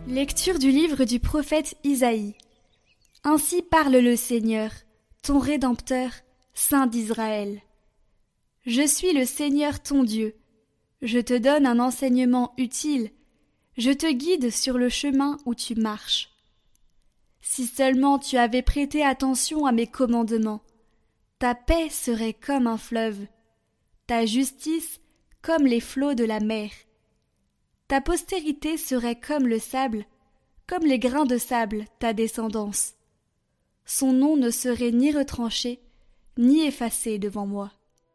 Lecture du livre du prophète Isaïe. Ainsi parle le Seigneur, ton Rédempteur, Saint d'Israël. Je suis le Seigneur ton Dieu. Je te donne un enseignement utile. Je te guide sur le chemin où tu marches. Si seulement tu avais prêté attention à mes commandements, ta paix serait comme un fleuve, ta justice comme les flots de la mer. Ta postérité serait comme le sable, comme les grains de sable, ta descendance. Son nom ne serait ni retranché, ni effacé devant moi.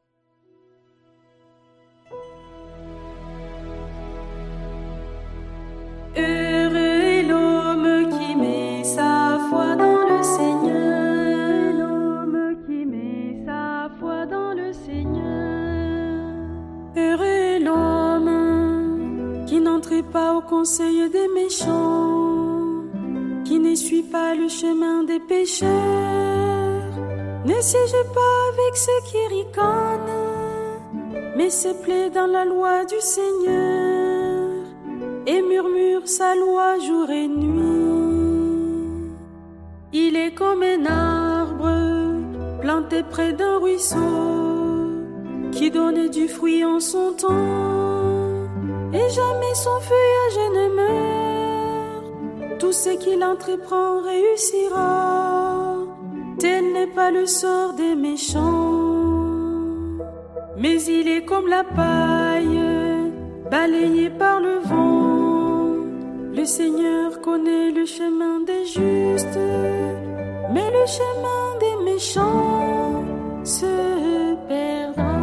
Heureux est l'homme qui met sa foi dans le Seigneur. L'homme qui met sa foi dans le Seigneur. Heureux est l'homme qui n'entre pas au conseil des méchants, qui ne suit pas le chemin des pécheurs, ne siège pas avec ceux qui ricanent, mais se plaît dans la loi du Seigneur et murmure sa loi jour et nuit. Il est comme un arbre planté près d'un ruisseau qui donne du fruit en son temps et jamais son feuillage ne meurt. Tout ce qu'il entreprend réussira. Tel n'est pas le sort des méchants, mais il est comme la paille balayée par le vent. Le Seigneur connaît le chemin des justes, mais le chemin des méchants se perdra.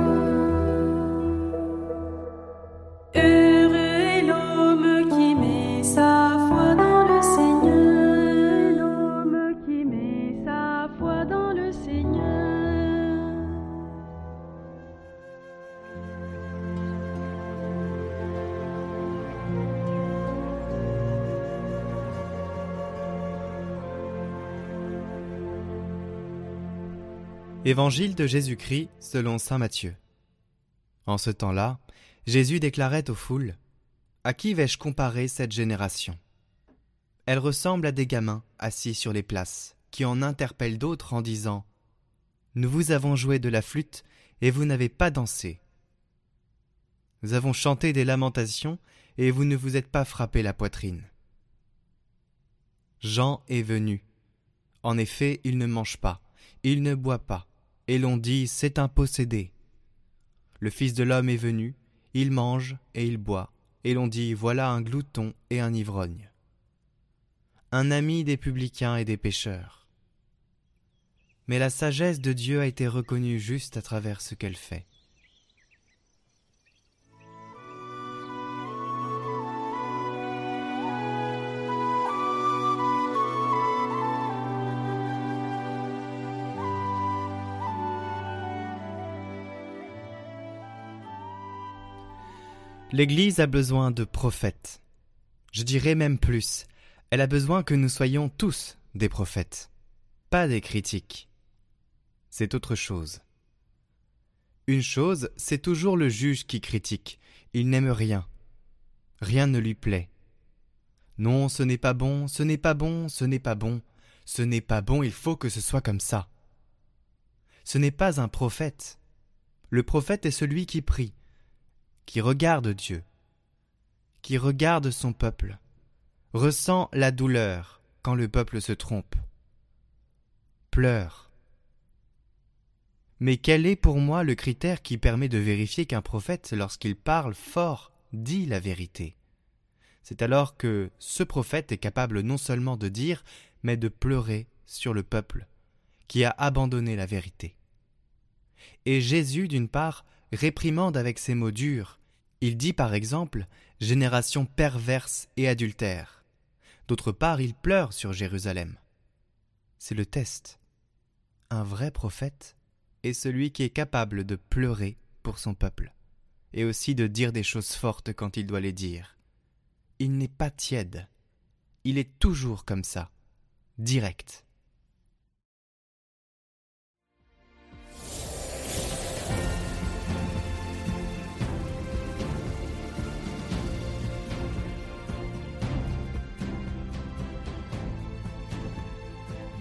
Heureux est l'homme qui met sa foi dans le Seigneur. L'homme qui met sa foi dans le Seigneur. Évangile de Jésus-Christ selon saint Matthieu. En ce temps-là, Jésus déclarait aux foules : « À qui vais-je comparer cette génération ? Elle ressemble à des gamins assis sur les places, qui en interpellent d'autres en disant : Nous vous avons joué de la flûte et vous n'avez pas dansé. Nous avons chanté des lamentations et vous ne vous êtes pas frappé la poitrine. Jean est venu. En effet, il ne mange pas, il ne boit pas, et l'on dit : c'est un possédé. Le Fils de l'homme est venu, il mange et il boit, et l'on dit : voilà un glouton et un ivrogne. Un ami des publicains et des pécheurs. Mais la sagesse de Dieu a été reconnue juste à travers ce qu'elle fait. L'Église a besoin de prophètes. Je dirais même plus, elle a besoin que nous soyons tous des prophètes, pas des critiques. C'est autre chose. Une chose, c'est toujours le juge qui critique. Il n'aime rien. Rien ne lui plaît. Non, ce n'est pas bon, ce n'est pas bon, ce n'est pas bon. Ce n'est pas bon, il faut que ce soit comme ça. Ce n'est pas un prophète. Le prophète est celui qui prie, qui regarde Dieu, qui regarde son peuple, ressent la douleur quand le peuple se trompe, pleure. Mais quel est pour moi le critère qui permet de vérifier qu'un prophète, lorsqu'il parle fort, dit la vérité ? C'est alors que ce prophète est capable non seulement de dire, mais de pleurer sur le peuple qui a abandonné la vérité. Et Jésus, d'une part, réprimande avec ses mots durs. Il dit par exemple « génération perverse et adultère ». D'autre part, il pleure sur Jérusalem. C'est le test. Un vrai prophète est celui qui est capable de pleurer pour son peuple et aussi de dire des choses fortes quand il doit les dire. Il n'est pas tiède. Il est toujours comme ça, direct.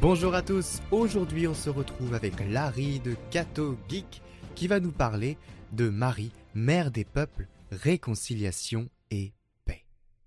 Bonjour à tous, aujourd'hui on se retrouve avec Larry de Cato Geek qui va nous parler de Marie, mère des peuples, réconciliation et paix.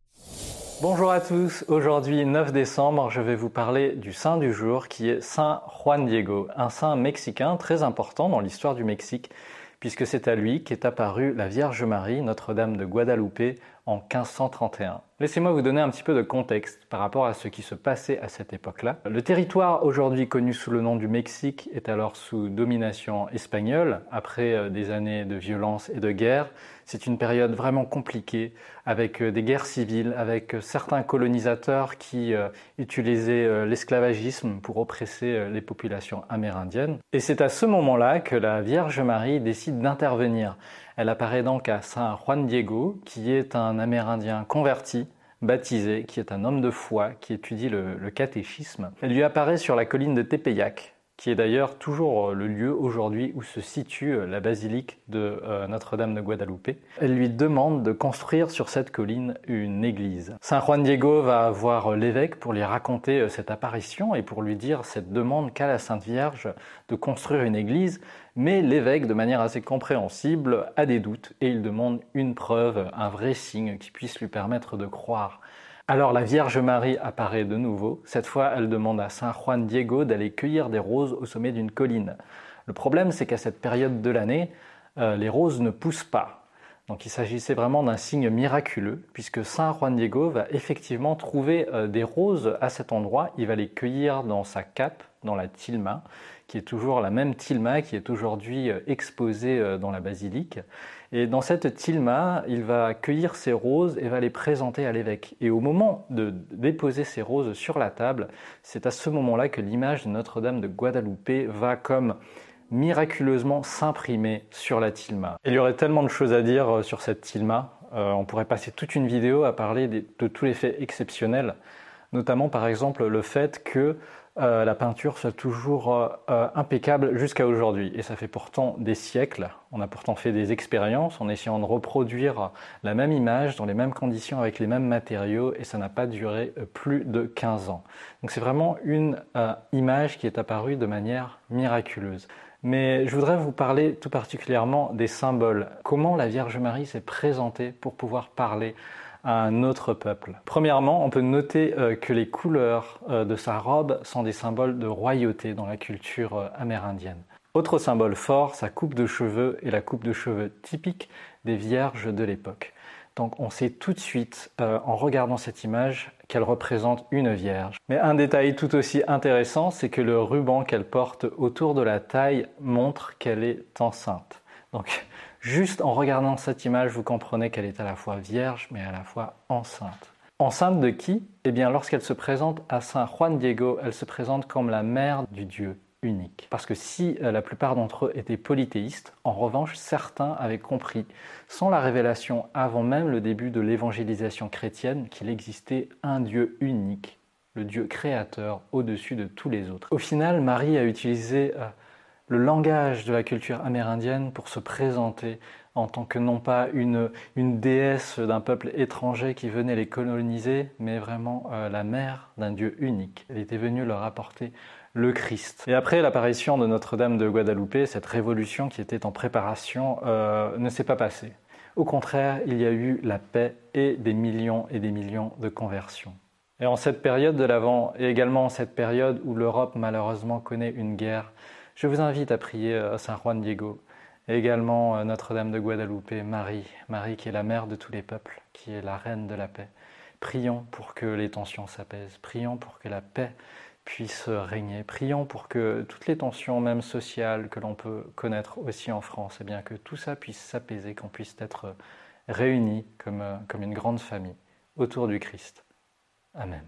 Bonjour à tous, aujourd'hui 9 décembre, je vais vous parler du saint du jour qui est Saint Juan Diego, un saint mexicain très important dans l'histoire du Mexique puisque c'est à lui qu'est apparue la Vierge Marie, Notre-Dame de Guadalupe, en 1531. Laissez-moi vous donner un petit peu de contexte par rapport à ce qui se passait à cette époque-là. Le territoire aujourd'hui connu sous le nom du Mexique est alors sous domination espagnole, après des années de violence et de guerre. C'est une période vraiment compliquée, avec des guerres civiles, avec certains colonisateurs qui utilisaient l'esclavagisme pour oppresser les populations amérindiennes. Et c'est à ce moment-là que la Vierge Marie décide d'intervenir. Elle apparaît donc à Saint Juan Diego, qui est un Amérindien converti, baptisé, qui est un homme de foi, qui étudie le catéchisme. Elle lui apparaît sur la colline de Tepeyac, qui est d'ailleurs toujours le lieu aujourd'hui où se situe la basilique de Notre-Dame de Guadalupe. Elle lui demande de construire sur cette colline une église. Saint Juan Diego va voir l'évêque pour lui raconter cette apparition et pour lui dire cette demande qu'a la Sainte Vierge de construire une église, mais l'évêque, de manière assez compréhensible, a des doutes et il demande une preuve, un vrai signe qui puisse lui permettre de croire. Alors la Vierge Marie apparaît de nouveau. Cette fois, elle demande à Saint Juan Diego d'aller cueillir des roses au sommet d'une colline. Le problème, c'est qu'à cette période de l'année, les roses ne poussent pas. Donc il s'agissait vraiment d'un signe miraculeux, puisque Saint Juan Diego va effectivement trouver des roses à cet endroit. Il va les cueillir dans sa cape, dans la tilma, qui est toujours la même tilma qui est aujourd'hui exposée dans la basilique. Et dans cette tilma, il va cueillir ces roses et va les présenter à l'évêque. Et au moment de déposer ces roses sur la table, c'est à ce moment-là que l'image de Notre-Dame de Guadalupe va comme miraculeusement s'imprimer sur la tilma. Il y aurait tellement de choses à dire sur cette tilma. On pourrait passer toute une vidéo à parler de tous les faits exceptionnels, notamment par exemple le fait que la peinture soit toujours impeccable jusqu'à aujourd'hui. Et ça fait pourtant des siècles. On a pourtant fait des expériences en essayant de reproduire la même image dans les mêmes conditions avec les mêmes matériaux et ça n'a pas duré plus de 15 ans. Donc c'est vraiment une image qui est apparue de manière miraculeuse. Mais je voudrais vous parler tout particulièrement des symboles. Comment la Vierge Marie s'est présentée pour pouvoir parler à un autre peuple. Premièrement, on peut noter que les couleurs de sa robe sont des symboles de royauté dans la culture amérindienne. Autre symbole fort, sa coupe de cheveux est la coupe de cheveux typique des vierges de l'époque. Donc on sait tout de suite, en regardant cette image, qu'elle représente une vierge. Mais un détail tout aussi intéressant, c'est que le ruban qu'elle porte autour de la taille montre qu'elle est enceinte. Donc juste en regardant cette image, vous comprenez qu'elle est à la fois vierge, mais à la fois enceinte. Enceinte de qui ? Eh bien, lorsqu'elle se présente à Saint Juan Diego, elle se présente comme la mère du Dieu unique. Parce que si la plupart d'entre eux étaient polythéistes, en revanche, certains avaient compris, sans la révélation avant même le début de l'évangélisation chrétienne, qu'il existait un Dieu unique, le Dieu créateur au-dessus de tous les autres. Au final, Marie a utilisé le langage de la culture amérindienne pour se présenter en tant que non pas une déesse d'un peuple étranger qui venait les coloniser, mais vraiment la mère d'un Dieu unique. Elle était venue leur apporter le Christ. Et après l'apparition de Notre-Dame de Guadalupe, cette révolution qui était en préparation ne s'est pas passée. Au contraire, il y a eu la paix et des millions de conversions. Et en cette période de l'Avent, et également en cette période où l'Europe malheureusement connaît une guerre, je vous invite à prier à Saint Juan Diego, et également Notre-Dame de Guadalupe, Marie qui est la mère de tous les peuples, qui est la reine de la paix. Prions pour que les tensions s'apaisent, prions pour que la paix puisse régner, prions pour que toutes les tensions, même sociales, que l'on peut connaître aussi en France, eh bien que tout ça puisse s'apaiser, qu'on puisse être réunis comme une grande famille autour du Christ. Amen.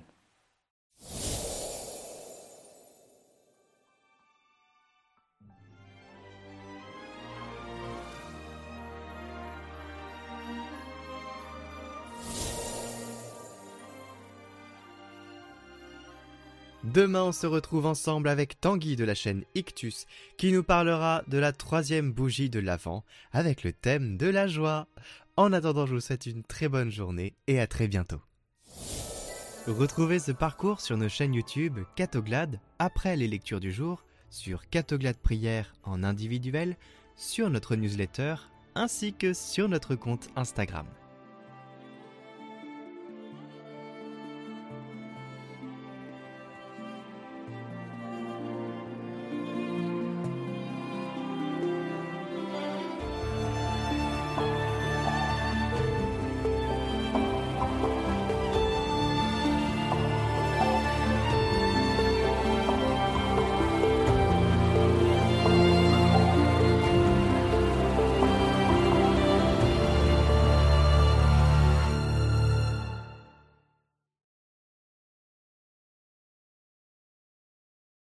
Demain, on se retrouve ensemble avec Tanguy de la chaîne Ictus qui nous parlera de la 3e bougie de l'Avent avec le thème de la joie. En attendant, je vous souhaite une très bonne journée et à très bientôt. Retrouvez ce parcours sur nos chaînes YouTube Catoglade après les lectures du jour, sur Catoglade Prière en individuel, sur notre newsletter ainsi que sur notre compte Instagram.